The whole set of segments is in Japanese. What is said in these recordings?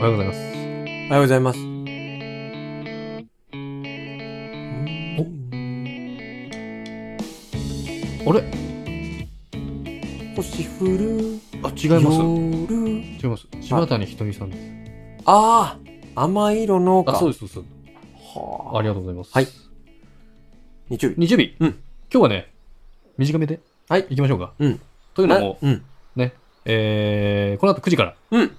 おはようございます。 おはようございます。 あれ星降るあ、違います。 夜。 違います。柴谷ひとみさんです。 ああ、甘い色のか。 あ、そうです、そうです。 はあ。 ありがとうございます。 はい。日曜日。 日曜日。 うん。 今日はね、短めではい。 行きましょうか。 うん。 というのも、 うん。 ね、この後9時からうん。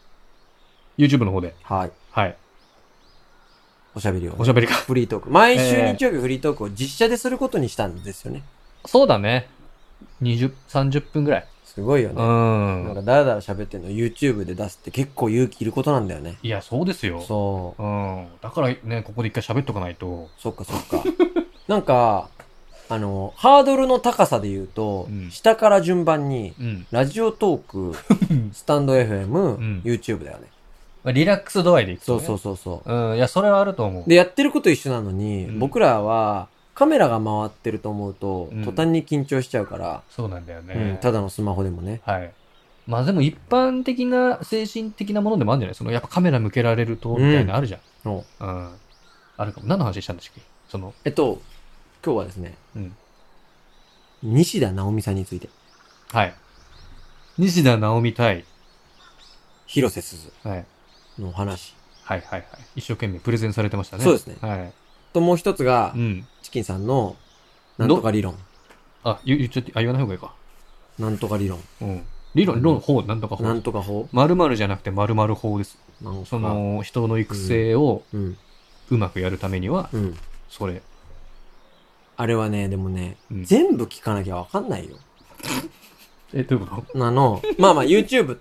YouTube の方で、 はい。 はい、 おしゃべりをね、 おしゃべりが。 フリートーク。毎週日曜日フリートークを実写ですることにしたんですよね。 そうだね。20、30分ぐらい。 すごいようね。なんん。 かだらだら喋ってんの YouTube で出すって結構勇気いることなんだよね。 いや、そうですよ。 そう。 うん。だからね、ここで一回喋っとかないと。 そっかそっか。なんか、ハードルの高さで言うと、 うん下から順番に、 うん。 ラジオトーク、スタンド FM、 ん YouTube だよね。 まあリラックス度合いでいくとね。 そうそうそうそう。 うん。いや、それはあると思う。 で、やってること一緒なのに、 うん僕らはカメラが回ってると思うと、 うん途端に緊張しちゃうから、 そうなんだようん、 ね。 ただのスマホでもね。 はい。まあでも一般的な精神的なものでもあるんじゃないそのやっぱカメラ向けられると、みたいなのあるじゃん。 のうん。あるかも。何の話したんでしたっけその、 今日はですね、 うん。 西田直美さんについて、 はい。西田直美対、 広瀬すずはい。 の話。 はいはいはい。一生懸命プレゼンされてましたね。 そうですねはい。 と、もう一つがう、ん。 チキンさんの、なんとか理論。 あ、言っちゃって、あ、言わない方がいいか。 なんとか理論。 うん。理論、法、なんとか法。 なんとか法 〇〇じゃなくて〇〇法です。 なんかその、人の育成をうん。 うまくやるためには、 うん。 それ。 あれはね、でもね、 うん全部聞かなきゃわかんないよ。 どういうことまあまあ YouTube って、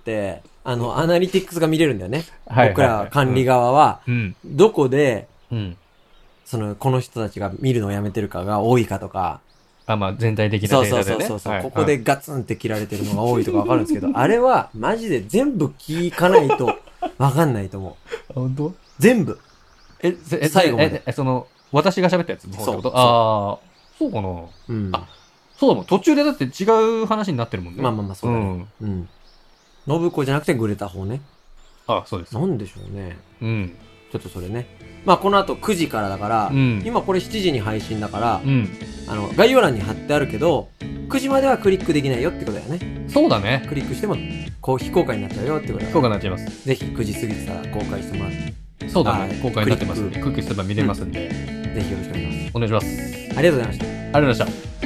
アナリティクスが見れるんだよね。 はいはいはい僕ら管理側は、 うん。 どこで、 うん。 この人たちが見るのをやめてるかが多いかとか、 あ、まあ全体的なそうそうデータでね。 そうそう、 はいここでガツンって切られてるのが多いとかわかるんですけど、あれはマジで全部聞かないとわかんないと思う。 あ本当全部。最後までその、私が喋ったやつの方ってことそうああ、そうかな。 うん。 あそうだもん。途中でだって違う話になってるもんね。 まあまあまあ、そうだね。うん。信子じゃなくてグレた方ね。 あそうです。 なんでしょうね。 うん。 ちょっとそれね。まあこの後9時からだから、 うん今これ7時に配信だから、 うん。 概要欄に貼ってあるけど、9時まではクリックできないよってことだよね。 そうだね。 クリックしても、非公開になっちゃうよってことだそうかかなっちゃいます。 ら。ぜひ9時過ぎてたら公開してもらって、 そうだね。 はい公開になってますんで、 クリックックすれば見れますんで、 ぜひよろしくお願いします。 お願いします。 ありがとうございました。 ありがとうございました。